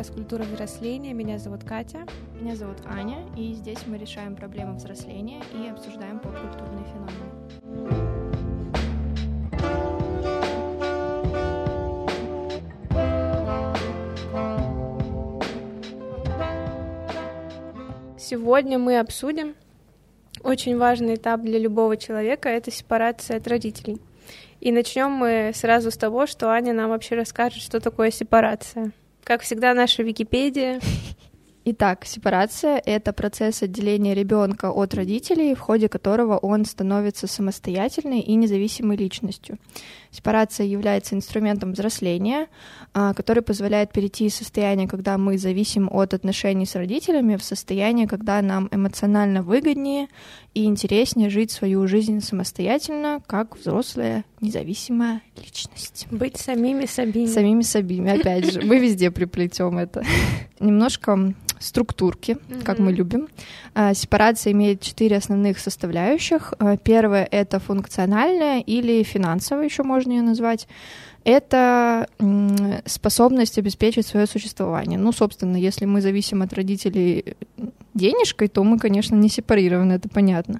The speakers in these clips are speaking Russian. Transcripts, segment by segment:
подкаст «Культура взросления». Меня зовут Катя. Меня зовут Аня, и здесь мы решаем проблемы взросления и обсуждаем поп-культурные феномены. Сегодня мы обсудим очень важный этап для любого человека — это сепарация от родителей. И начнем мы сразу с того, что Аня нам вообще расскажет, что такое сепарация. Как всегда, наша Википедия. Итак, сепарация — это процесс отделения ребенка от родителей, в ходе которого он становится самостоятельной и независимой личностью. Сепарация является инструментом взросления, который позволяет перейти из состояния, когда мы зависим от отношений с родителями, в состояние, когда нам эмоционально выгоднее и интереснее жить свою жизнь самостоятельно, как взрослая независимая личность. Быть самими собими. Самими собими, опять же. Мы везде приплетем это. Немножко структурки, как мы любим. Сепарация имеет 4 основных составляющих. Первое — это функциональная или финансовая, еще можно ее назвать. Это способность обеспечить свое существование. Ну, собственно, если мы зависим от родителей денежкой, то мы, конечно, не сепарированы, это понятно.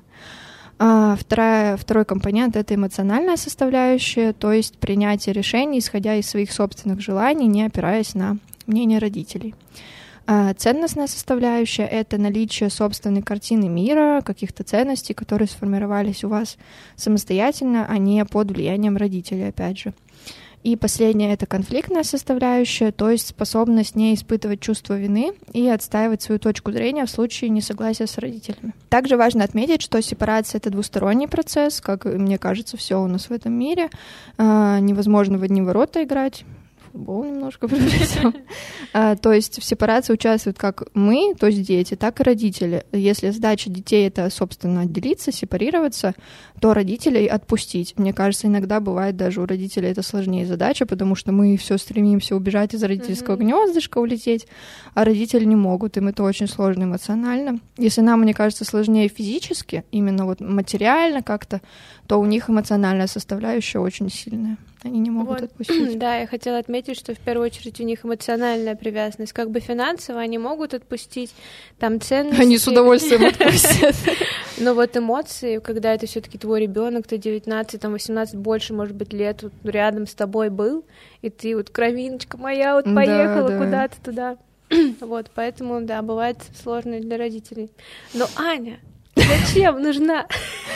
Второй компонент — это эмоциональная составляющая, то есть принятие решений, исходя из своих собственных желаний, не опираясь на мнение родителей. Ценностная составляющая — это наличие собственной картины мира, каких-то ценностей, которые сформировались у вас самостоятельно, а не под влиянием родителей, опять же. И последнее — это конфликтная составляющая, то есть способность не испытывать чувство вины и отстаивать свою точку зрения в случае несогласия с родителями. Также важно отметить, что сепарация — это двусторонний процесс, как мне кажется, все у нас в этом мире. Невозможно в одни ворота играть. Футбол немножко приобретем. То есть в сепарации участвуют как мы, то есть дети, так и родители. Если задача детей — это, собственно, отделиться, сепарироваться, то родителей отпустить. Мне кажется, иногда бывает даже у родителей это сложнее задача, потому что мы все стремимся убежать из родительского гнездышка, улететь, а родители не могут, им это очень сложно эмоционально. Если нам, мне кажется, сложнее физически, именно вот материально как-то, то у них эмоциональная составляющая очень сильная. Они не могут отпустить. Да, я хотела отметить, что в первую очередь у них эмоциональная привязанность. Как бы финансово они могут отпустить, там ценности. Они с удовольствием отпустят. Но вот эмоции, когда это все-таки твой ребенок, ты 19, там 18, больше, может быть, лет вот рядом с тобой был, и ты вот кровиночка моя вот поехала куда-то туда. Вот, поэтому, да, бывает сложно для родителей. Но, Аня, зачем нужна?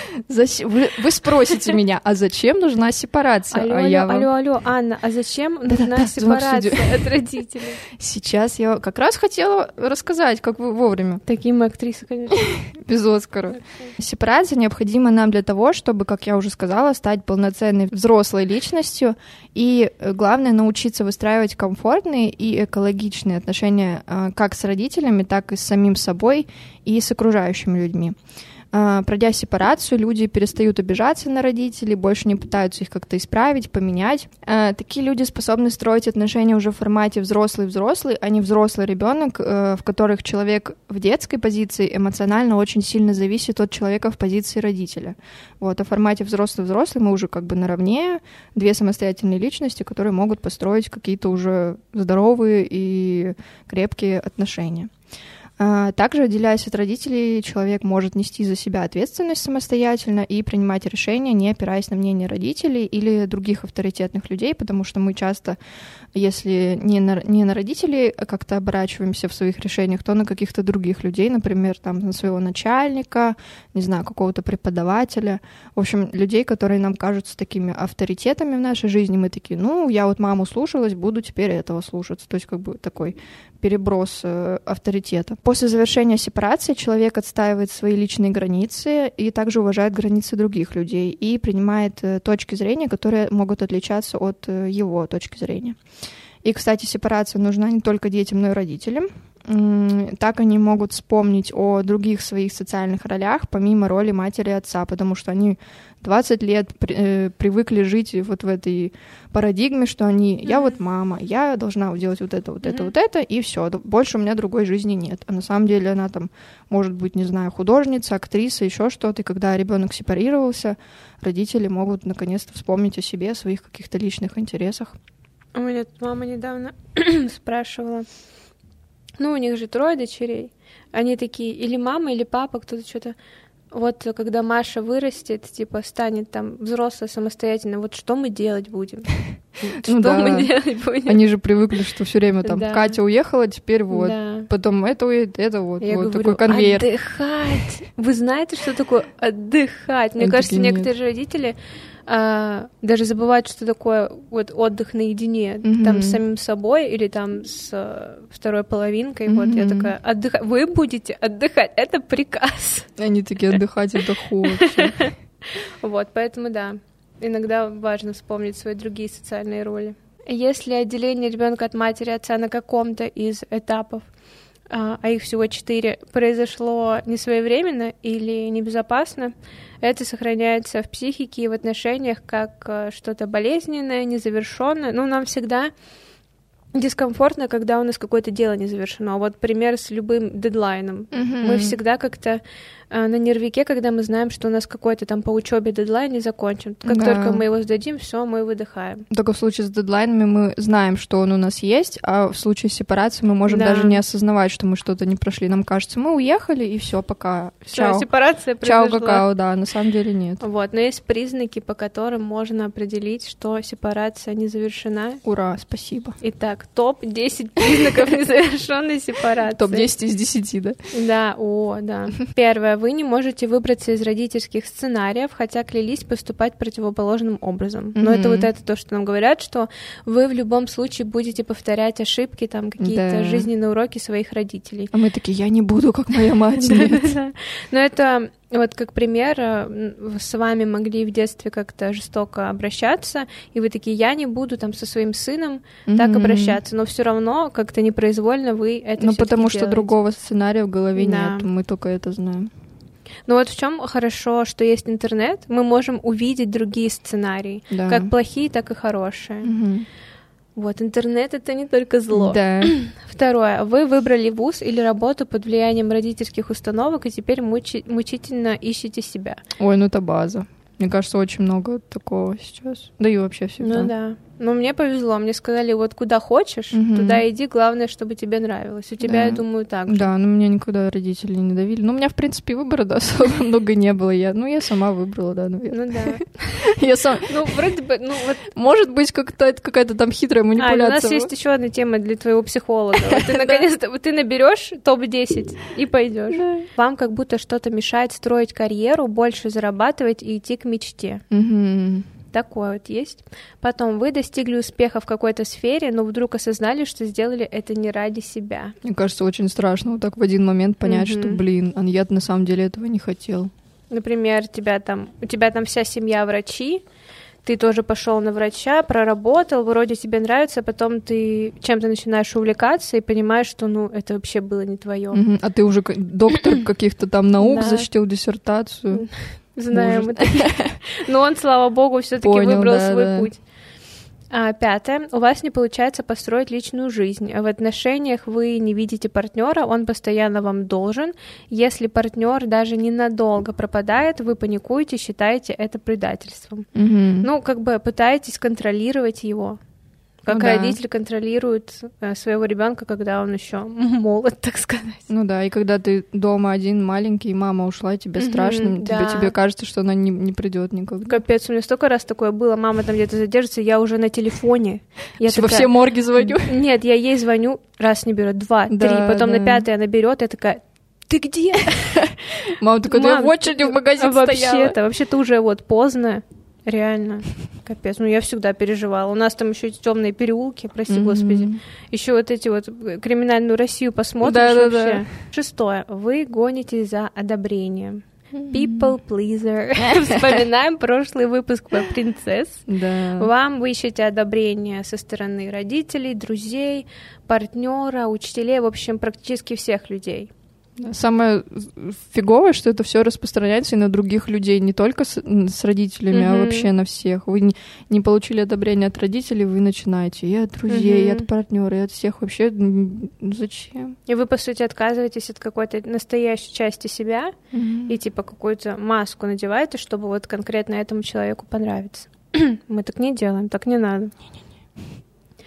Вы спросите меня, а зачем нужна сепарация? Алло, Анна, а зачем нужна сепарация от родителей? Сейчас я как раз хотела рассказать, как вы вовремя. Такие мы актрисы, конечно. Без Оскара. Сепарация необходима нам для того, чтобы, как я уже сказала, стать полноценной взрослой личностью и, главное, научиться выстраивать комфортные и экологичные отношения как с родителями, так и с самим собой и с окружающими людьми. Пройдя сепарацию, люди перестают обижаться на родителей, больше не пытаются их как-то исправить, поменять. Такие люди способны строить отношения уже в формате взрослый-взрослый, а не взрослый ребенок, в которых человек в детской позиции эмоционально очень сильно зависит от человека в позиции родителя. Вот, а в формате взрослый-взрослый мы уже как бы наравне, 2 самостоятельные личности, которые могут построить какие-то уже здоровые и крепкие отношения. Также, отделяясь от родителей, человек может нести за себя ответственность самостоятельно и принимать решения, не опираясь на мнение родителей или других авторитетных людей, потому что мы часто, если не на родителей как-то оборачиваемся в своих решениях, то на каких-то других людей, например, там, на своего начальника, не знаю, какого-то преподавателя. В общем, людей, которые нам кажутся такими авторитетами в нашей жизни, мы такие, ну, я вот маму слушалась, буду теперь этого слушаться. То есть как бы такой переброс авторитета. После завершения сепарации человек отстаивает свои личные границы и также уважает границы других людей и принимает точки зрения, которые могут отличаться от его точки зрения. И, кстати, сепарация нужна не только детям, но и родителям. Так они могут вспомнить о других своих социальных ролях, помимо роли матери и отца, потому что они 20 лет привыкли жить вот в этой парадигме, что я вот мама, я должна делать вот это, и все, больше у меня другой жизни нет. А на самом деле она там может быть, не знаю, художница, актриса, еще что-то, и когда ребенок сепарировался, родители могут наконец-то вспомнить о себе, о своих каких-то личных интересах. У меня мама недавно спрашивала, Ну, у них же 3 дочерей. Они такие, или мама, или папа, кто-то что-то... Вот когда Маша вырастет, типа, станет там взрослая, самостоятельно, вот что мы делать будем? Что мы делать будем? Они же привыкли, что все время там Катя уехала, теперь вот. Потом это уедет, это вот. Я вот говорю, такой конвейер. Отдыхать! Вы знаете, что такое отдыхать? Мне кажется, некоторые же родители даже забывают, что такое вот отдых наедине, там с самим собой или там с второй половинкой. Вот я такая, отдыхать. Вы будете отдыхать, это приказ. Они такие, отдыхать это ху вообще. Вот, поэтому да, иногда важно вспомнить свои другие социальные роли. Если отделение ребенка от матери и отца на каком-то из этапов, а их всего 4, произошло несвоевременно или небезопасно, это сохраняется в психике и в отношениях как что-то болезненное, незавершенное. Ну, нам всегда дискомфортно, когда у нас какое-то дело не завершено. Вот пример с любым дедлайном. Мы всегда как-то на нервике, когда мы знаем, что у нас какой-то там по учебе дедлайн не закончен. Как только мы его сдадим, все, мы выдыхаем. Только в случае с дедлайнами мы знаем, что он у нас есть, а в случае сепарации мы можем даже не осознавать, что мы что-то не прошли. Нам кажется, мы уехали, и все, пока. Чао. Сепарация произошла. Чао, какао, да, на самом деле нет. Вот, но есть признаки, по которым можно определить, что сепарация не завершена. Ура, спасибо. Итак, топ-10 признаков незавершенной сепарации. Топ-10 из 10, да? Да, да. Первое. Вы не можете выбраться из родительских сценариев, хотя клялись поступать противоположным образом. Но это вот это то, что нам говорят, что вы в любом случае будете повторять ошибки, там какие-то жизненные уроки своих родителей. А мы такие, я не буду, как моя мать. Но это... Вот как пример, с вами могли в детстве как-то жестоко обращаться, и вы такие, я не буду там со своим сыном так обращаться, но все равно как-то непроизвольно вы это всё-таки потому делаете. Что другого сценария в голове нет, мы только это знаем. Ну вот в чем хорошо, что есть интернет, мы можем увидеть другие сценарии, как плохие, так и хорошие. Вот, интернет — это не только зло. Да. Второе. Вы выбрали вуз или работу под влиянием родительских установок и теперь мучительно ищете себя. Ой, ну это база. Мне кажется, очень много такого сейчас. Да и вообще всегда. Ну да. Но мне повезло. Мне сказали, вот куда хочешь, туда иди, главное, чтобы тебе нравилось. У тебя, я думаю, так же. Да, но меня никогда родители не давили. Ну, у меня, в принципе, выбора, да, особо много не было. Я сама выбрала, да, наверное. Ну да. Я сам... Ну, вроде бы, ну вот... Может быть, какая-то там хитрая манипуляция. У нас есть еще одна тема для твоего психолога. Ты наконец-то, ты наберешь топ-10 и пойдешь. Вам как будто что-то мешает строить карьеру, больше зарабатывать и идти к мечте. Такое вот есть. Потом вы достигли успеха в какой-то сфере, но вдруг осознали, что сделали это не ради себя. Мне кажется, очень страшно вот так в один момент понять, что, я на самом деле этого не хотел. Например, у тебя там вся семья врачи, ты тоже пошел на врача, проработал, вроде тебе нравится, а потом ты чем-то начинаешь увлекаться и понимаешь, что, это вообще было не твое. А ты уже доктор каких-то там наук, защитил диссертацию. Знаем мы такие. Но он, слава богу, все-таки выбрал свой путь. 5. У вас не получается построить личную жизнь. В отношениях вы не видите партнера, он постоянно вам должен. Если партнер даже ненадолго пропадает, вы паникуете, считаете это предательством. Пытаетесь контролировать его. Как родитель контролирует своего ребенка, когда он еще молод, так сказать. Ну да, и когда ты дома один маленький, мама ушла, и тебе страшно, тебе кажется, что она не придет никогда. Капец, у меня столько раз такое было, мама там где-то задержится, я уже на телефоне. Я во все морги звоню? Нет, я ей звоню, раз не берет, 2, 3, потом на 5 она берет, я такая, ты где? Мама такая, я в очереди в магазин стояла. Вообще-то уже вот поздно. Реально, капец. Я всегда переживала. У нас там еще эти темные переулки, прости господи. Еще вот эти вот криминальную Россию посмотришь вообще. 6. Вы гонитесь за одобрением. People pleaser. Вспоминаем прошлый выпуск про принцесс. Вам вы ищете одобрение со стороны родителей, друзей, партнера, учителей, в общем, практически всех людей. Самое фиговое, что это все распространяется и на других людей, не только с родителями, а вообще на всех. Вы не получили одобрения от родителей, вы начинаете и от друзей, и от партнера, и от всех. Вообще, зачем? И вы, по сути, отказываетесь от какой-то настоящей части себя и типа какую-то маску надеваете, чтобы вот конкретно этому человеку понравиться. Мы так не делаем, так не надо.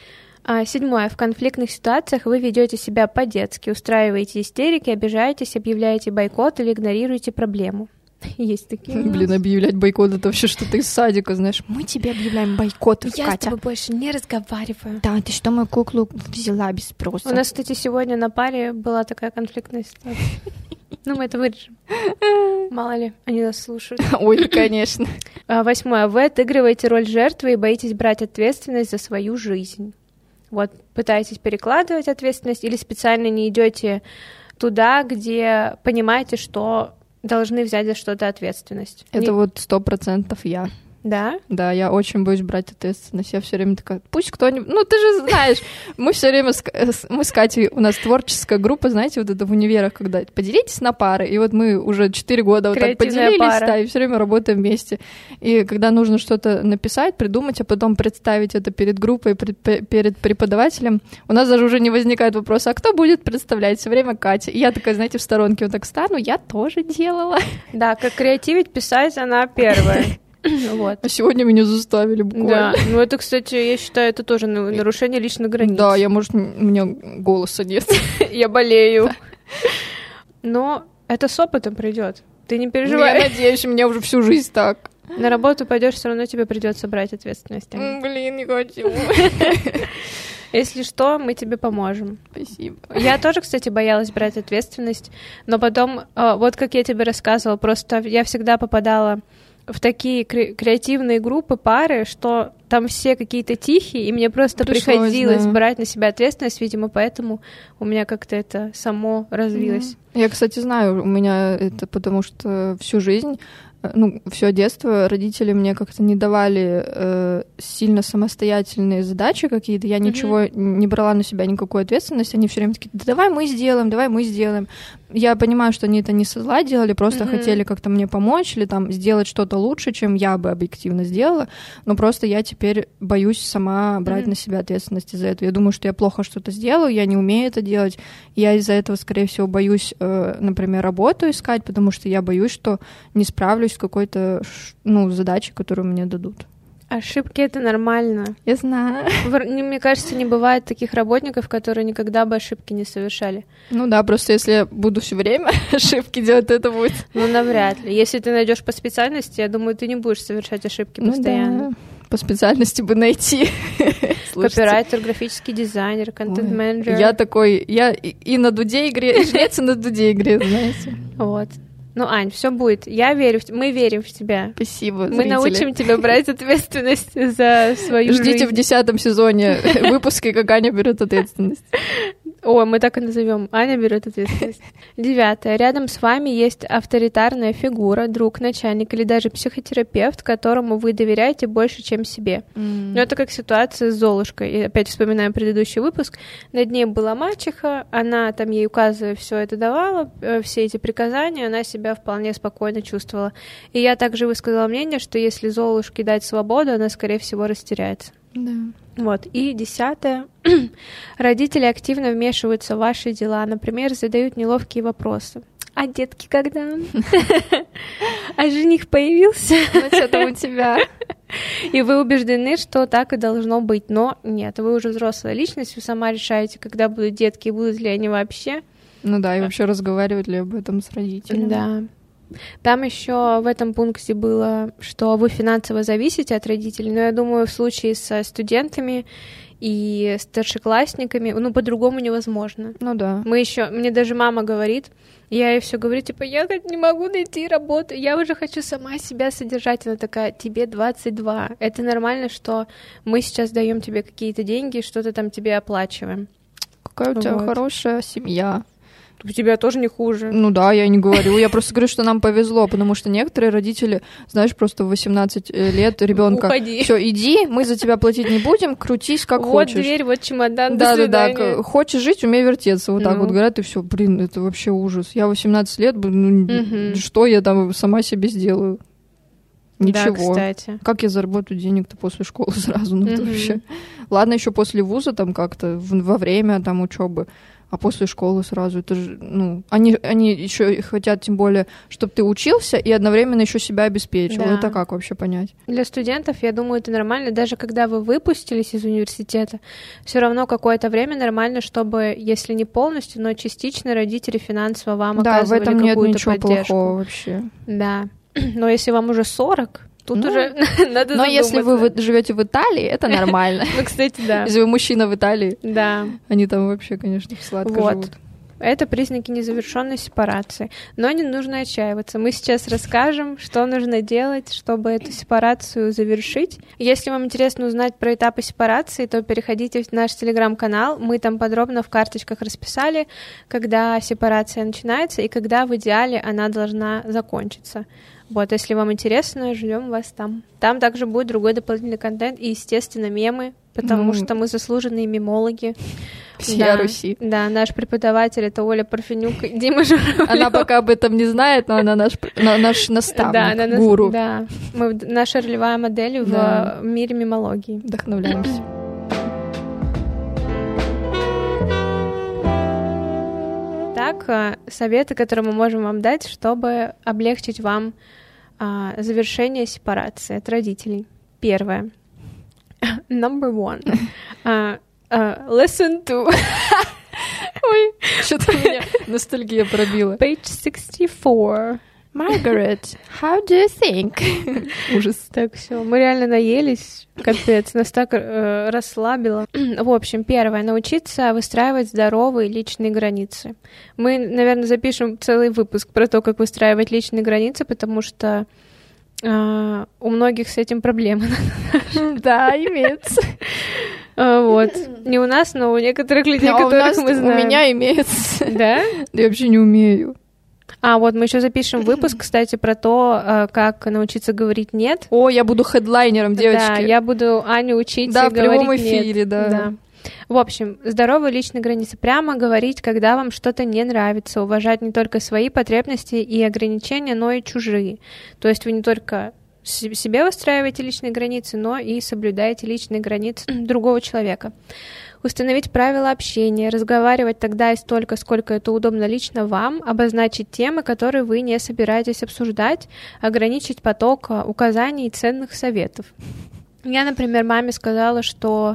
7. В конфликтных ситуациях вы ведете себя по-детски, устраиваете истерики, обижаетесь, объявляете бойкот или игнорируете проблему. Есть такие. Блин, объявлять бойкот — это вообще что-то из садика, знаешь. Мы тебе объявляем бойкот, Катя. Я с тобой больше не разговариваю. Да, ты что, мою куклу взяла без спроса? У нас, кстати, сегодня на паре была такая конфликтная ситуация. Ну, мы это вырежем. Мало ли, они нас слушают. Ой, конечно. 8. Вы отыгрываете роль жертвы и боитесь брать ответственность за свою жизнь. Вот, пытаетесь перекладывать ответственность или специально не идете туда, где понимаете, что должны взять за что-то ответственность. Это вот 100% я. Да? Да, я очень боюсь брать ответственность. Я все время такая, пусть кто-нибудь... Ну, ты же знаешь, мы все время... Мы с Катей, у нас творческая группа, знаете, вот это в универах, когда поделитесь на пары, и вот мы уже 4 года вот так поделились, пара. Да, и все время работаем вместе. И когда нужно что-то написать, придумать, а потом представить это перед группой, перед преподавателем, у нас даже уже не возникает вопроса, а кто будет представлять? Все время Катя. И я такая, знаете, в сторонке вот так стану, я тоже делала. Да, как креативить, писать, она первая. Вот. А сегодня меня заставили буквально. Да, ну это, кстати, я считаю, это тоже нарушение личных границ. Да, может, у меня голоса нет. Я болею. Но это с опытом придет. Ты не переживай. Я надеюсь, у меня уже всю жизнь так. На работу пойдешь, все равно тебе придется брать ответственность. Блин, не хочу. Если что, мы тебе поможем. Спасибо. Я тоже, кстати, боялась брать ответственность, но потом, вот как я тебе рассказывала, просто я всегда попадала в такие креативные группы, пары, что там все какие-то тихие, и мне просто приходилось брать на себя ответственность, видимо, поэтому у меня как-то это само развилось. Я, кстати, знаю, у меня это потому что всю жизнь, все детство родители мне как-то не давали сильно самостоятельные задачи какие-то, я ничего не брала на себя, никакой ответственности, они все время такие, да давай мы сделаем. Я понимаю, что они это не со зла делали, просто хотели как-то мне помочь или там сделать что-то лучше, чем я бы объективно сделала, но просто я теперь боюсь сама брать на себя ответственность за это. Я думаю, что я плохо что-то сделаю, я не умею это делать, я из-за этого, скорее всего, боюсь, например, работу искать, потому что я боюсь, что не справлюсь с какой-то, задачей, которую мне дадут. Ошибки — это нормально. Я знаю. Мне кажется, не бывает таких работников, которые никогда бы ошибки не совершали. Ну да, просто если я буду все время ошибки делать, то это будет. Ну, навряд ли. Если ты найдешь по специальности, я думаю, ты не будешь совершать ошибки постоянно. Да. По специальности бы найти. Копирайтер, графический дизайнер, контент-менеджер. Я такой, я и на дуде игре, и жнец, и на дуде игре, знаете. Вот. Ну, Ань, все будет. Я верю, мы верим в тебя. Спасибо, Мы научим тебя брать ответственность за свою жизнь. Ждите в 10 сезоне выпуски, как Аня берет ответственность. О, мы так и назовем. Аня берет ответственность. 9. Рядом с вами есть авторитарная фигура, друг, начальник или даже психотерапевт, которому вы доверяете больше, чем себе. Но это как ситуация с Золушкой. И опять вспоминаем предыдущий выпуск. Над ней была мачеха, она там ей указывая все это давала, все эти приказания, она себя вполне спокойно чувствовала. И я также высказала мнение, что если Золушке дать свободу, она, скорее всего, растеряется. Да. Вот. И 10. Родители активно вмешиваются в ваши дела, например, задают неловкие вопросы. А детки когда? А жених появился? Ну, что там у тебя? И вы убеждены, что так и должно быть. Но нет, вы уже взрослая личность, вы сама решаете, когда будут детки, будут ли они вообще. Ну да, и вообще разговаривать ли об этом с родителями. Да. Там еще в этом пункте было, что вы финансово зависите от родителей, но я думаю, в случае со студентами и старшеклассниками, по-другому невозможно. Ну да. Мне даже мама говорит, я ей все говорю, я не могу найти работу, я уже хочу сама себя содержать. Она такая, тебе 22, это нормально, что мы сейчас даем тебе какие-то деньги, что-то там тебе оплачиваем. Какая у тебя хорошая семья. У тебя тоже не хуже. Ну да, я не говорю. Я просто говорю, что нам повезло, потому что некоторые родители, знаешь, просто в 18 лет ребенка. Уходи. Все, иди, мы за тебя платить не будем, крутись как хочешь. Вот дверь, вот чемодан, до свидания. Да. Хочешь жить, умей вертеться. Вот так вот говорят, и все, это вообще ужас. Я 18 лет, что я там сама себе сделаю? Ничего. Да, кстати. Как я заработаю денег-то после школы сразу? Это вообще. Ладно, еще после вуза там как-то во время там учебы. а после школы сразу, это же, ну, они еще хотят, тем более, чтобы ты учился и одновременно еще себя обеспечивал. Да. Это как вообще понять? Для студентов, я думаю, это нормально. Даже когда вы выпустились из университета, все равно какое-то время нормально, чтобы, если не полностью, но частично родители финансово вам оказывали какую-то поддержку. Да, в этом нет ничего плохого вообще. Да. Но если вам уже 40, тут уже надо задуматься. Но если вы живете в Италии, это нормально. Ну, кстати, да. Если вы мужчина в Италии, да. Они там вообще, конечно, сладко живут. Это признаки незавершенной сепарации. Но не нужно отчаиваться. Мы сейчас расскажем, что нужно делать, чтобы эту сепарацию завершить. Если вам интересно узнать про этапы сепарации, то переходите в наш телеграм-канал. Мы там подробно в карточках расписали, когда сепарация начинается и когда в идеале она должна закончиться. Вот, если вам интересно, ждем вас там. Там также будет другой дополнительный контент и, естественно, мемы, потому что мы заслуженные мемологи. Всея Руси. Да, наш преподаватель — это Оля Парфенюк, Дима Журавлёв. Она пока об этом не знает, но она наш наставник, гуру. Да, мы наша ролевая модель в мире мемологии. Вдохновляемся. Так, советы, которые мы можем вам дать, чтобы облегчить вам завершение сепарации от родителей. Первое. Number one. Listen to... Ой, что-то меня ностальгия пробила. Page 64. Margaret, how do you think? Ужас. Так, все, мы реально наелись, капец, нас так расслабило. В общем, первое, научиться выстраивать здоровые личные границы. Мы, наверное, запишем целый выпуск про то, как выстраивать личные границы, потому что у многих с этим проблемы. Да, имеется. Вот. Не у нас, но у некоторых людей, которых мы знаем. У меня имеется. Да? Я вообще не умею. Вот мы еще запишем выпуск, кстати, про то, как научиться говорить «нет». О, я буду хедлайнером, девочки. Да, я буду Аню учить говорить «нет». Да, в прямом эфире, да. В общем, здоровые личные границы. Прямо говорить, когда вам что-то не нравится, уважать не только свои потребности и ограничения, но и чужие. То есть вы не только себе выстраиваете личные границы, но и соблюдаете личные границы другого человека. Установить правила общения, разговаривать тогда и столько, сколько это удобно лично вам, обозначить темы, которые вы не собираетесь обсуждать, ограничить поток указаний и ценных советов. Я, например, маме сказала, что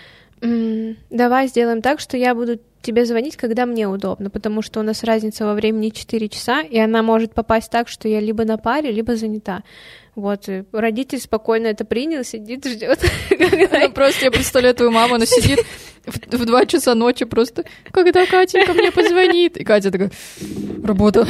давай сделаем так, что я буду тебе звонить, когда мне удобно, потому что у нас разница во времени 4 часа, и она может попасть так, что я либо на паре, либо занята. Вот, и родитель спокойно это принял, сидит, ждет. Просто я представляю твою маму, она сидит в 2 часа ночи просто, когда Катенька мне позвонит. И Катя такая, работа.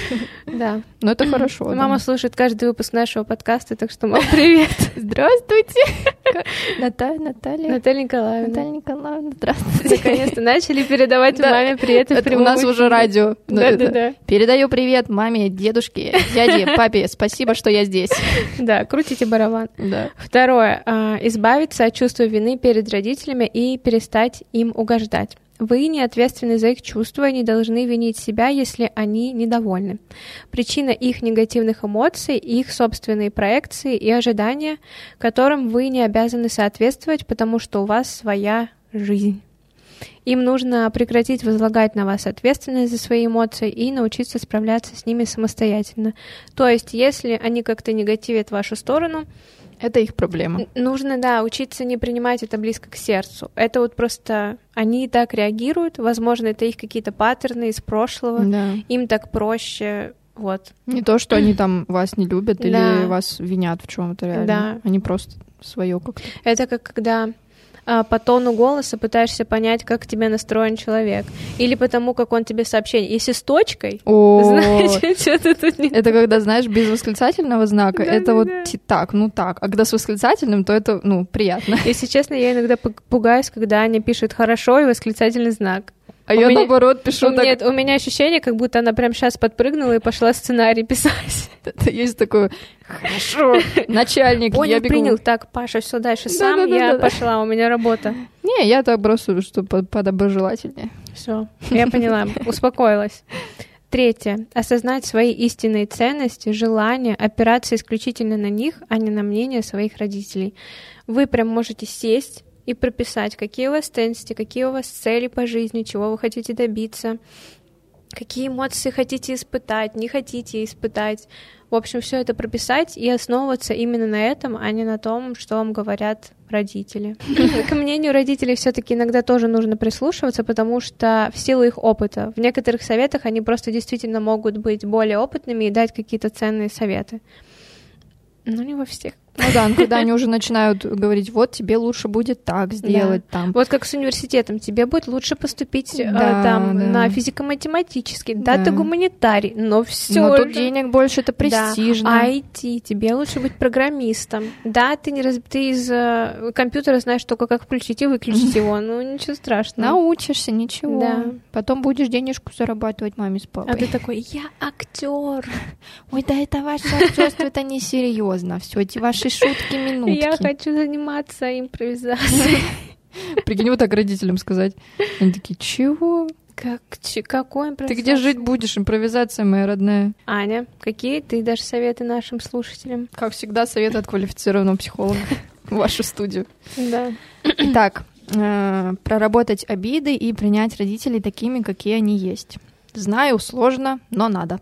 Да. Но это хорошо. Мама слушает каждый выпуск нашего подкаста, так что, мам, привет. Здравствуйте. Наталья. Наталья Николаевна. Наталья Николаевна, здравствуйте. Наконец-то начали передавать маме привет в прямом эфире. У нас уже радио. Да. Передаю привет маме, дедушке, дяде, папе. Спасибо, что я здесь. Да, крутите барабан. Да. Второе. Избавиться от чувства вины перед родителями и перестать им угождать. Вы не ответственны за их чувства и не должны винить себя, если они недовольны. Причина их негативных эмоций, их собственные проекции и ожидания, которым вы не обязаны соответствовать, потому что у вас своя жизнь. Им нужно прекратить возлагать на вас ответственность за свои эмоции и научиться справляться с ними самостоятельно. То есть, если они как-то негативят в вашу сторону, это их проблема. Нужно, да, учиться не принимать это близко к сердцу. Это вот просто они так реагируют, возможно, это их какие-то паттерны из прошлого, да. Им так проще, вот. Не то, что они там вас не любят или вас винят в чем-то реально. Да. Они просто свое как-то. Это как когда по тону голоса пытаешься понять, как тебе настроен человек. Или потому, как он тебе сообщение. Если с точкой, значит, что-то тут не... Это когда, знаешь, без восклицательного знака, это вот так, ну так. А когда с восклицательным, то это, приятно. Если честно, я иногда пугаюсь, когда Аня пишет «хорошо» и восклицательный знак. А я, наоборот, пишу так... Нет, у меня ощущение, как будто она прям сейчас подпрыгнула и пошла сценарий писать. Это есть такое «хорошо, начальник, Понял, я бегу». Принял, так, Паша, все дальше сам, я пошла, у меня работа. Не, я так просто, что подоброжелательнее. Все, я поняла, успокоилась. Третье. Осознать свои истинные ценности, желания, опираться исключительно на них, а не на мнение своих родителей. Вы прям можете сесть и прописать, какие у вас ценности, какие у вас цели по жизни, чего вы хотите добиться, какие эмоции хотите испытать, не хотите испытать. В общем, все это прописать и основываться именно на этом, а не на том, что вам говорят родители. К мнению родителей все-таки иногда тоже нужно прислушиваться, потому что в силу их опыта, в некоторых советах они просто действительно могут быть более опытными и дать какие-то ценные советы. Но не во всех. Ну да, когда они уже начинают говорить, вот тебе лучше будет так сделать, там. Вот как с университетом, тебе будет лучше поступить на физико-математический, ты гуманитарий, но все. Но тут денег больше, это престижно. А IT, тебе лучше быть программистом. Да, ты из компьютера знаешь только, как включить и выключить его, ну ничего страшного. Научишься, ничего. Да. Потом будешь денежку зарабатывать маме с папой. А ты такой, я актер. Ой, да это ваше актерство, это несерьезно. Все эти ваши шутки-минутки. Я хочу заниматься импровизацией. Прикинь, вот так родителям сказать. Они такие, чего? Какой импровизация? Ты где жить будешь? Импровизация моя родная. Аня, какие ты дашь советы нашим слушателям? Как всегда, советы от квалифицированного психолога в вашу студию. Да. Итак, проработать обиды и принять родителей такими, какие они есть. Знаю, сложно, но надо.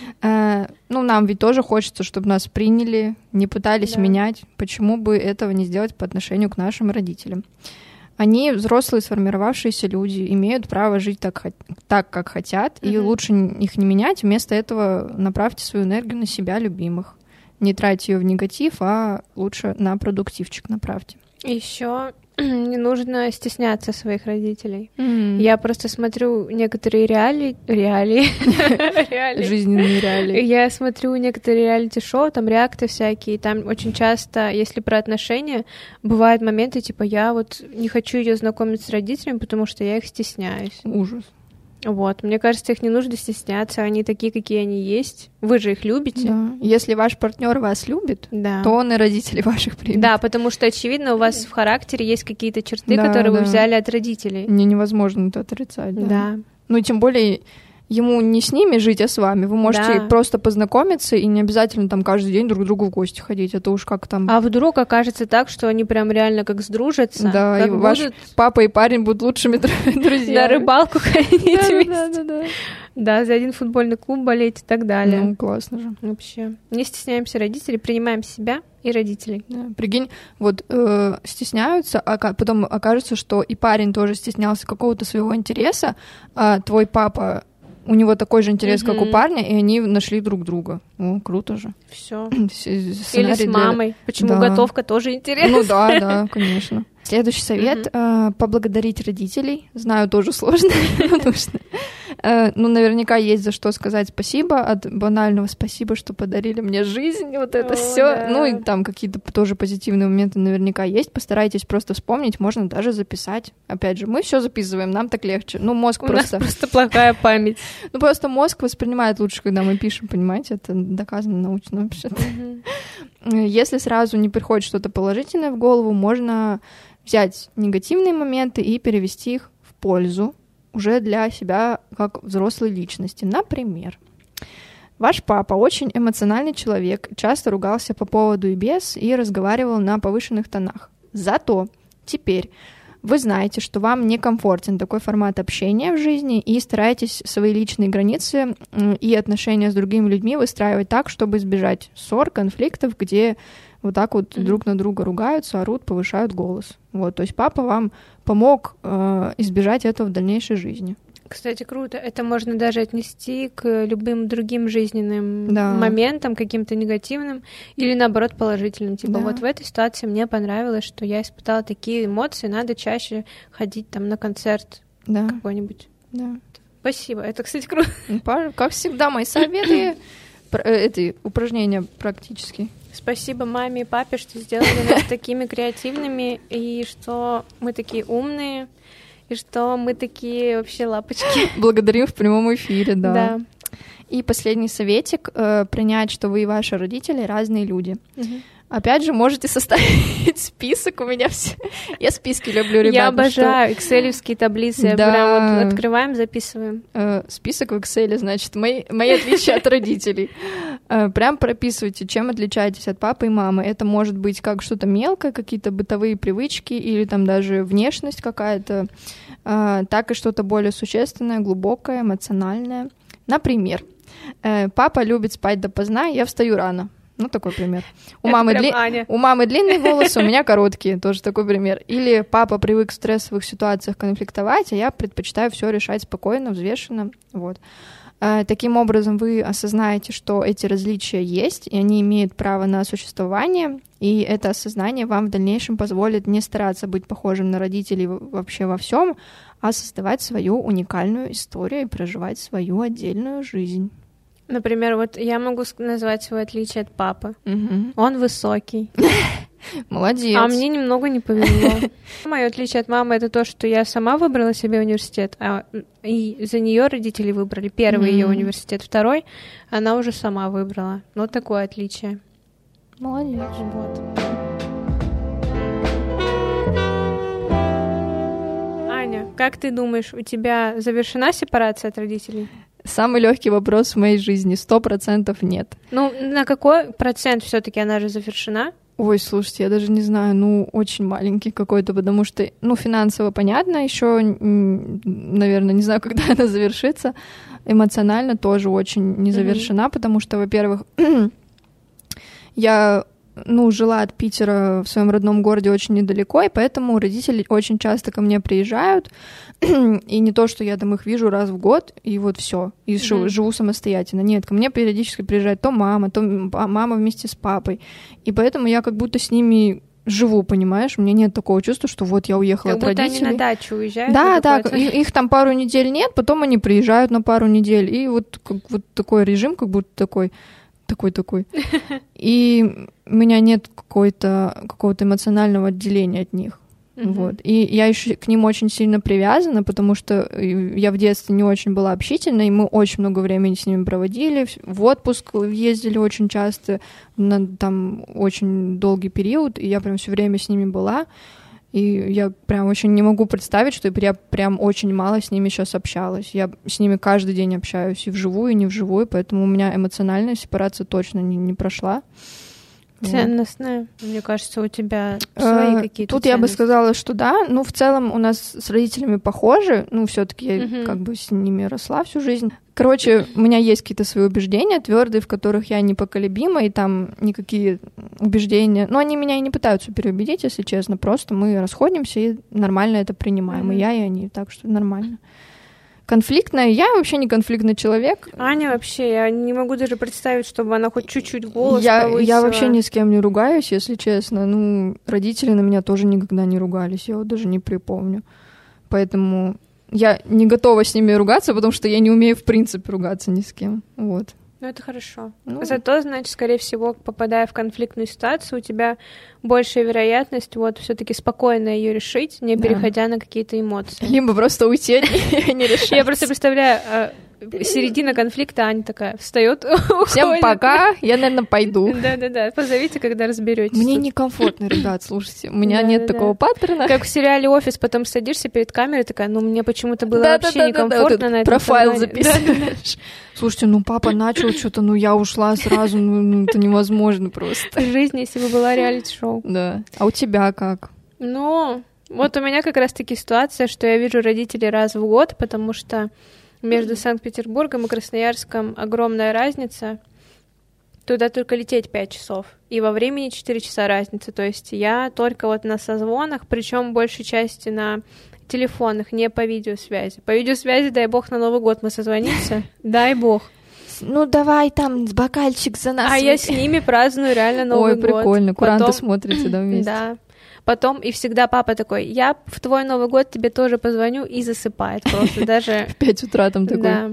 Нам ведь тоже хочется, чтобы нас приняли, не пытались менять. Почему бы этого не сделать по отношению к нашим родителям? Они взрослые, сформировавшиеся люди, имеют право жить так, как хотят, и лучше их не менять. Вместо этого направьте свою энергию на себя, любимых. Не тратьте ее в негатив, а лучше на продуктивчик направьте. Еще не нужно стесняться своих родителей. Я просто смотрю некоторые реалии. Жизненные реалии. Я смотрю некоторые реалити-шоу, там реакты всякие, там очень часто, если про отношения, бывают моменты, типа, я вот не хочу ее знакомить с родителями, потому что я их стесняюсь. Ужас. Вот, мне кажется, их не нужно стесняться, они такие, какие они есть. Вы же их любите. Да. Если ваш партнер вас любит, то он и родителей ваших примет. Да, потому что, очевидно, у вас в характере есть какие-то черты, которые вы взяли от родителей. Невозможно это отрицать. Да. Ну, тем более, ему не с ними жить, а с вами. Вы можете просто познакомиться и не обязательно там каждый день друг к другу в гости ходить. Это уж как там... А вдруг окажется так, что они прям реально как сдружатся? Да, и ваш папа и парень будут лучшими друзьями. На рыбалку ходить вместе. Да, за один футбольный клуб болеть и так далее. Ну, классно же. Вообще. Не стесняемся родителей, принимаем себя и родителей. Да. Прикинь, вот стесняются, а потом окажется, что и парень тоже стеснялся какого-то своего интереса, а твой папа... У него такой же интерес, как у парня, и они нашли друг друга. О, круто же. Все. Или с мамой. Почему готовка тоже интересна? Ну да, конечно. Следующий совет поблагодарить родителей. Знаю, тоже сложно, потому что наверняка есть за что сказать спасибо. От банального спасибо, что подарили мне жизнь, вот это все. Да. Ну и там какие-то тоже позитивные моменты наверняка есть. Постарайтесь просто вспомнить, можно даже записать. Опять же, мы все записываем, нам так легче. Ну, мозг просто... У нас просто плохая память. Ну, просто мозг воспринимает лучше, когда мы пишем, понимаете? Это доказано научно вообще-то. Если сразу не приходит что-то положительное в голову, можно взять негативные моменты и перевести их в пользу уже для себя как взрослой личности. Например, ваш папа очень эмоциональный человек, часто ругался по поводу и без и разговаривал на повышенных тонах. Зато теперь вы знаете, что вам некомфортен такой формат общения в жизни и стараетесь свои личные границы и отношения с другими людьми выстраивать так, чтобы избежать ссор, конфликтов, где вот так вот друг на друга ругаются, орут, повышают голос. Вот, то есть папа вам помог избежать этого в дальнейшей жизни. Кстати, круто. Это можно даже отнести к любым другим жизненным моментам, каким-то негативным или, наоборот, положительным. Типа вот в этой ситуации мне понравилось, что я испытала такие эмоции, надо чаще ходить там на концерт какой-нибудь. Да. Спасибо. Это, кстати, круто. Как всегда, мои советы, эти упражнения практически. Спасибо маме и папе, что сделали нас такими креативными, и что мы такие умные, и что мы такие вообще лапочки. Благодарим в прямом эфире, да. И последний советик. Принять, что вы и ваши родители разные люди. Опять же, можете составить список. У меня все... Я списки люблю, ребята. Я обожаю экселевские таблицы. Прям вот открываем, записываем. Список в Excel, значит, мои отличия от родителей. Прям прописывайте, чем отличаетесь от папы и мамы. Это может быть как что-то мелкое, какие-то бытовые привычки или там даже внешность какая-то, так и что-то более существенное, глубокое, эмоциональное. Например, папа любит спать допоздна, я встаю рано. Ну, такой пример. У мамы длинные волосы, у меня короткие, тоже такой пример. Или папа привык в стрессовых ситуациях конфликтовать, а я предпочитаю все решать спокойно, взвешенно. Вот. Таким образом, вы осознаете, что эти различия есть, и они имеют право на существование, и это осознание вам в дальнейшем позволит не стараться быть похожим на родителей вообще во всем, а создавать свою уникальную историю и проживать свою отдельную жизнь. Например, вот я могу назвать свое отличие от папы. Он высокий. Молодец. А мне немного не повезло. Мое отличие от мамы — это то, что я сама выбрала себе университет, и за нее родители выбрали. Первый ее университет, второй она уже сама выбрала. Вот такое отличие. Молодец. Вот. Аня, как ты думаешь, у тебя завершена сепарация от родителей? Самый легкий вопрос в моей жизни. 100% нет. Ну, на какой процент все-таки она же завершена? Ой, слушайте, я даже не знаю, очень маленький какой-то, потому что, финансово понятно, еще, наверное, не знаю, когда она завершится. Эмоционально тоже очень не завершена, потому что, во-первых, я жила от Питера в своем родном городе очень недалеко, и поэтому родители очень часто ко мне приезжают, и не то, что я там их вижу раз в год, и вот все, и живу самостоятельно. Нет, ко мне периодически приезжает то мама вместе с папой, и поэтому я как будто с ними живу, понимаешь? У меня нет такого чувства, что вот я уехала от родителей. Как будто они на дачу уезжают. Да, так, их там пару недель нет, потом они приезжают на пару недель, и вот такой режим, как будто такой. И у меня нет какого-то эмоционального отделения от них. Вот. И я еще к ним очень сильно привязана, потому что я в детстве не очень была общительной, и мы очень много времени с ними проводили, в отпуск ездили очень часто, там очень долгий период, и я прям все время с ними была. И я прям очень не могу представить, что я прям очень мало с ними сейчас общалась. Я с ними каждый день общаюсь и вживую, и не вживую, поэтому у меня эмоциональная сепарация точно не прошла. Ценностная. Мне кажется, у тебя свои какие-то Тут ценности. я бы сказала, что да. В целом у нас с родителями похожи. Все-таки я как бы с ними росла всю жизнь. Короче, у меня есть какие-то свои убеждения твердые, в которых я непоколебима, и там никакие убеждения... они меня и не пытаются переубедить, если честно. Просто мы расходимся и нормально это принимаем. И я, и они. Так что нормально. Конфликтная. Я вообще не конфликтный человек. Аня вообще, я не могу даже представить, чтобы она хоть чуть-чуть голос повысила. Я вообще ни с кем не ругаюсь, если честно. Родители на меня тоже никогда не ругались, я вот даже не припомню. Поэтому я не готова с ними ругаться, потому что я не умею в принципе ругаться ни с кем. Вот. Это хорошо. Зато, значит, скорее всего, попадая в конфликтную ситуацию, у тебя большая вероятность все-таки спокойно ее решить, не переходя на какие-то эмоции. Либо просто уйти от нее и не решать. Я просто представляю, середина конфликта, Аня такая встает, всем пока, я, наверное, пойду. Да-да-да, позовите, когда разберетесь. Мне некомфортно, ребят, слушайте, у меня нет такого паттерна. Как в сериале «Офис», потом садишься перед камерой, такая, мне почему-то было вообще некомфортно на этом профайл записываешь. Слушайте, папа начал что-то, я ушла сразу, это невозможно просто. Жизнь, если бы была реалити-шоу. Да. А у тебя как? Вот у меня как раз-таки ситуация, что я вижу родителей раз в год, потому что между Санкт-Петербургом и Красноярском огромная разница. Туда только лететь 5 часов. И во времени 4 часа разница. То есть я только на созвонах, причем большей части на телефонах, не по видеосвязи. По видеосвязи, дай бог, на Новый год мы созвонимся. Дай бог. Давай там бокальчик за нас. А я с ними праздную реально Новый год. Ой, прикольно. Куранты смотрите, да, вместе. Да. Потом, и всегда папа такой, я в твой Новый год тебе тоже позвоню, и засыпает просто даже... В 5 утра там такой. Да.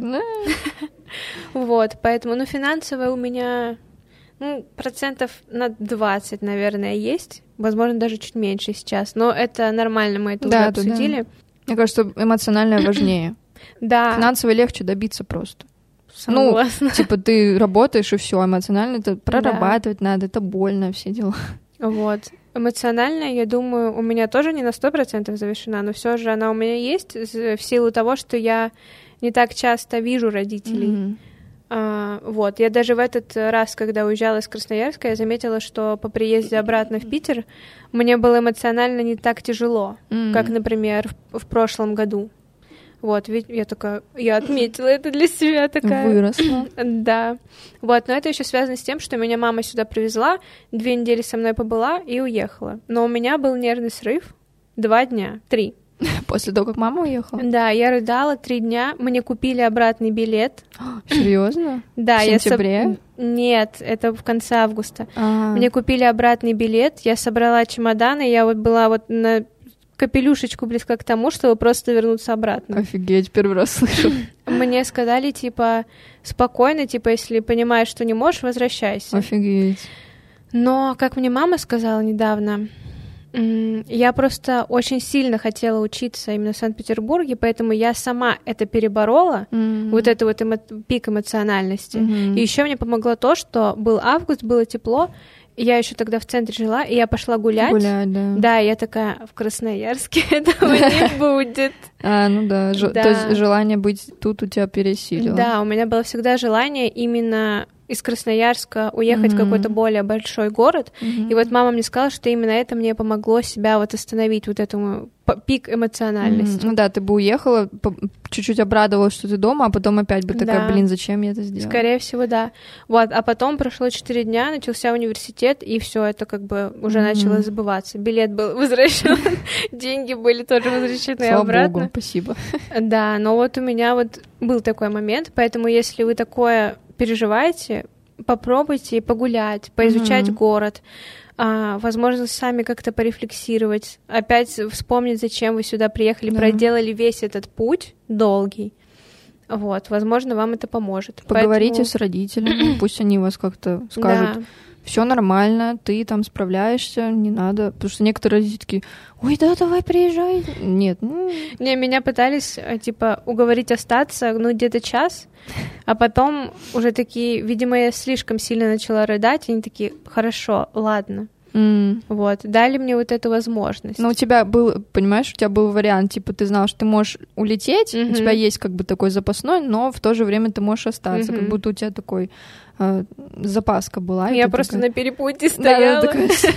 Вот, поэтому, финансово у меня, процентов на 20, наверное, есть. Возможно, даже чуть меньше сейчас. Но это нормально, мы это уже обсудили. Да. Мне кажется, эмоциональное важнее. Да. Финансово легче добиться просто. Согласна. Ты работаешь, и все, эмоционально это прорабатывать надо, это больно, все дела. Вот. Эмоционально, я думаю, у меня тоже не на 100% завершена, но все же она у меня есть в силу того, что я не так часто вижу родителей. Вот, я даже в этот раз, когда уезжала из Красноярска, я заметила, что по приезде обратно в Питер мне было эмоционально не так тяжело, как, например, в прошлом году. Вот, ведь я отметила это для себя такая. Выросла. Да. Вот, но это еще связано с тем, что меня мама сюда привезла, 2 недели со мной побыла и уехала. Но у меня был нервный срыв 2 дня, 3. После того, как мама уехала? Да, я рыдала 3 дня, мне купили обратный билет. Серьезно? Да, в сентябре? Нет, это в конце августа. Мне купили обратный билет, я собрала чемоданы, я вот была вот на капелюшечку близко к тому, чтобы просто вернуться обратно. Офигеть, первый раз слышу. Мне сказали, типа, спокойно, типа, если понимаешь, что не можешь, возвращайся. Офигеть. Но, как мне мама сказала недавно, я просто очень сильно хотела учиться именно в Санкт-Петербурге, поэтому я сама это переборола, вот это вот пик эмоциональности. И еще мне помогло то, что был август, было тепло, я еще тогда в центре жила, и я пошла гулять. Гулять, да. Да, я такая, в Красноярске этого не будет. Ну да, то есть желание быть тут у тебя пересилило. Да, у меня было всегда желание именно из Красноярска уехать в какой-то более большой город. И вот мама мне сказала, что именно это мне помогло себя вот остановить, вот этому пик эмоциональности. Ну да, ты бы уехала, чуть-чуть обрадовалась, что ты дома, а потом опять бы такая, блин, зачем я это сделала? Скорее всего, да. Вот, а потом прошло 4 дня, начался университет, и все это как бы уже начало забываться. Билет был возвращен, деньги были тоже возвращены обратно. Слава богу, спасибо. Да, но вот у меня вот был такой момент, поэтому если вы такое переживаете, попробуйте погулять, поизучать город, возможно, сами как-то порефлексировать, опять вспомнить, зачем вы сюда приехали, проделали весь этот путь долгий. Вот, возможно, вам это поможет. Поговорите с родителями, пусть они вас как-то скажут, все нормально, ты там справляешься, не надо. Потому что некоторые родители такие, ой, да, давай приезжай. Нет. Не, меня пытались, типа, уговорить остаться, где-то час, а потом уже такие, видимо, я слишком сильно начала рыдать, и они такие, хорошо, ладно. Вот, дали мне вот эту возможность. Но у тебя был, понимаешь, у тебя был вариант, типа, ты знал, что ты можешь улететь, у тебя есть как бы такой запасной, но в то же время ты можешь остаться, как будто у тебя такой запаска была. Я просто на перепутье стояла.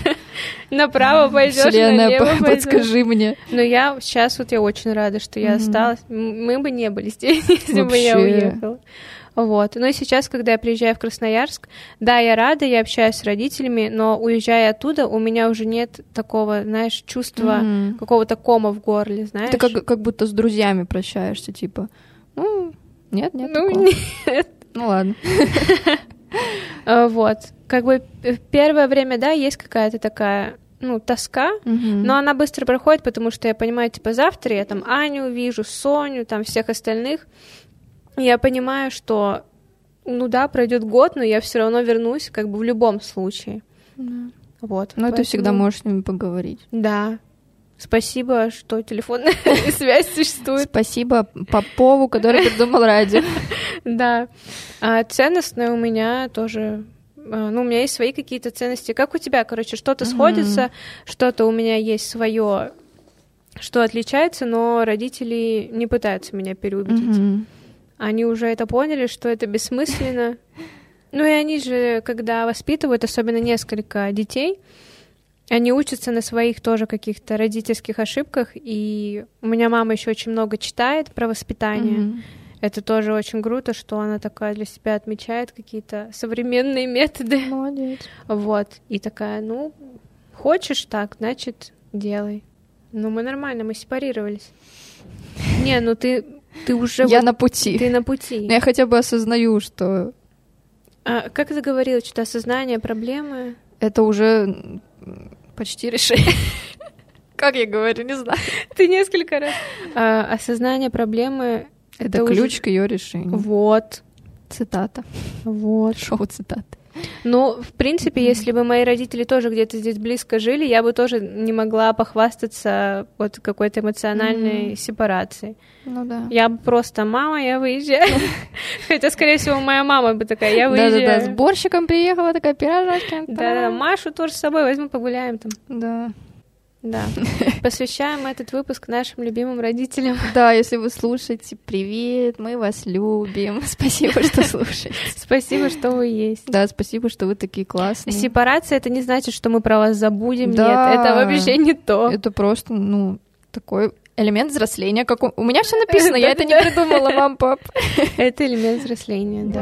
Направо пойдёшь, Вселенная, налево подскажи мне. Но я очень рада, что я осталась. Мы бы не были здесь, если бы я уехала. Вот. Ну и сейчас, когда я приезжаю в Красноярск, да, я рада, я общаюсь с родителями, но уезжая оттуда, у меня уже нет такого, знаешь, чувства какого-то кома в горле, знаешь. Ты как будто с друзьями прощаешься, типа, нет такого. Нет. Ну ладно. Вот. Как бы в первое время, да, есть какая-то такая, тоска, но она быстро проходит, потому что я понимаю, типа, завтра я там Аню увижу, Соню, там всех остальных. Я понимаю, что, пройдет год, но я все равно вернусь, как бы в любом случае. Вот. Но ты всегда можешь с ними поговорить. Да. Спасибо, что телефонная связь существует. Спасибо Попову, который придумал радио. Да. А ценностное у меня тоже... у меня есть свои какие-то ценности. Как у тебя, что-то сходится, что-то у меня есть свое, что отличается, но родители не пытаются меня переубедить. Они уже это поняли, что это бессмысленно. И они же, когда воспитывают, особенно несколько детей, они учатся на своих тоже каких-то родительских ошибках, и у меня мама еще очень много читает про воспитание. Это тоже очень круто, что она такая для себя отмечает какие-то современные методы. Молодец. Вот. И такая, хочешь так, значит, делай. Мы нормально, мы сепарировались. Не, ты уже... Я на пути. Ты на пути. Я хотя бы осознаю, что... как ты говорила, что-то осознание проблемы... Это уже почти решение. Как я говорю, не знаю. Ты несколько раз... осознание проблемы... Это ключ к ее решению. Вот. Цитата. Вот. Шоу цитаты. В принципе, если бы мои родители тоже где-то здесь близко жили, я бы тоже не могла похвастаться вот какой-то эмоциональной сепарацией. Да. Я бы просто, мама, я выезжаю. Хотя, скорее всего, моя мама бы такая, я выезжаю. Да-да-да, с борщиком приехала, такая пирожочки. Да, Машу тоже с собой возьму, погуляем там. Да. Да. Посвящаем этот выпуск нашим любимым родителям. Да, если вы слушаете, привет, мы вас любим. Спасибо, что слушаете. Спасибо, что вы есть. Да, спасибо, что вы такие классные. Сепарация — это не значит, что мы про вас забудем. Да. Нет, это вообще не то. Это просто, такой элемент взросления. Как у меня все написано, я это не придумала, мам, пап. Это элемент взросления, да.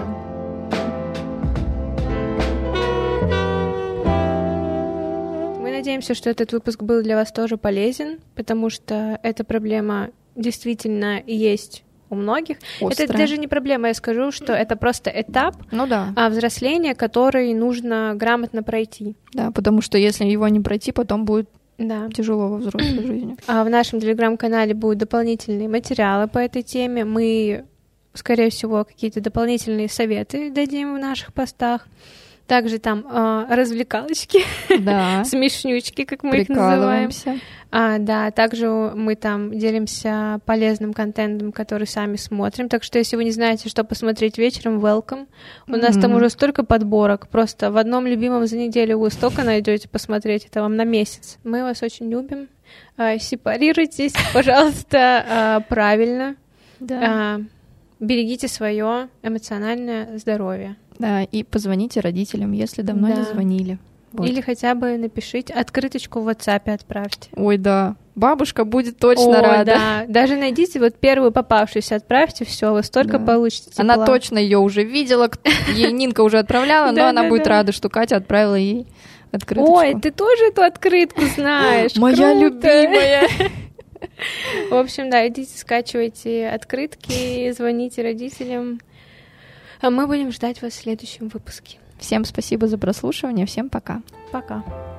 Надеемся, что этот выпуск был для вас тоже полезен, потому что эта проблема действительно есть у многих. Острая. Это даже не проблема, я скажу, что это просто этап взросления, который нужно грамотно пройти. Да, потому что если его не пройти, потом будет тяжело во взрослой жизни. В нашем телеграм-канале будут дополнительные материалы по этой теме. Мы, скорее всего, какие-то дополнительные советы дадим в наших постах. Также там развлекалочки, смешнючки, как мы их называем. Также мы там делимся полезным контентом, который сами смотрим. Так что, если вы не знаете, что посмотреть вечером, welcome. У нас там уже столько подборок. Просто в одном любимом за неделю вы столько найдете посмотреть. Это вам на месяц. Мы вас очень любим. Сепарируйтесь, пожалуйста, правильно. Берегите свое эмоциональное здоровье. Да, и позвоните родителям, если давно не звонили. Вот. Или хотя бы напишите, открыточку в WhatsApp отправьте. Ой, да. Бабушка будет точно рада. Да. Даже найдите первую попавшуюся, отправьте, все, вы столько получите тепла. Она точно ее уже видела, ей Нинка уже отправляла, но она будет рада, что Катя отправила ей открыточку. Ой, ты тоже эту открытку знаешь. Моя любимая. В общем, идите, скачивайте открытки, звоните родителям. А мы будем ждать вас в следующем выпуске. Всем спасибо за прослушивание, всем пока. Пока.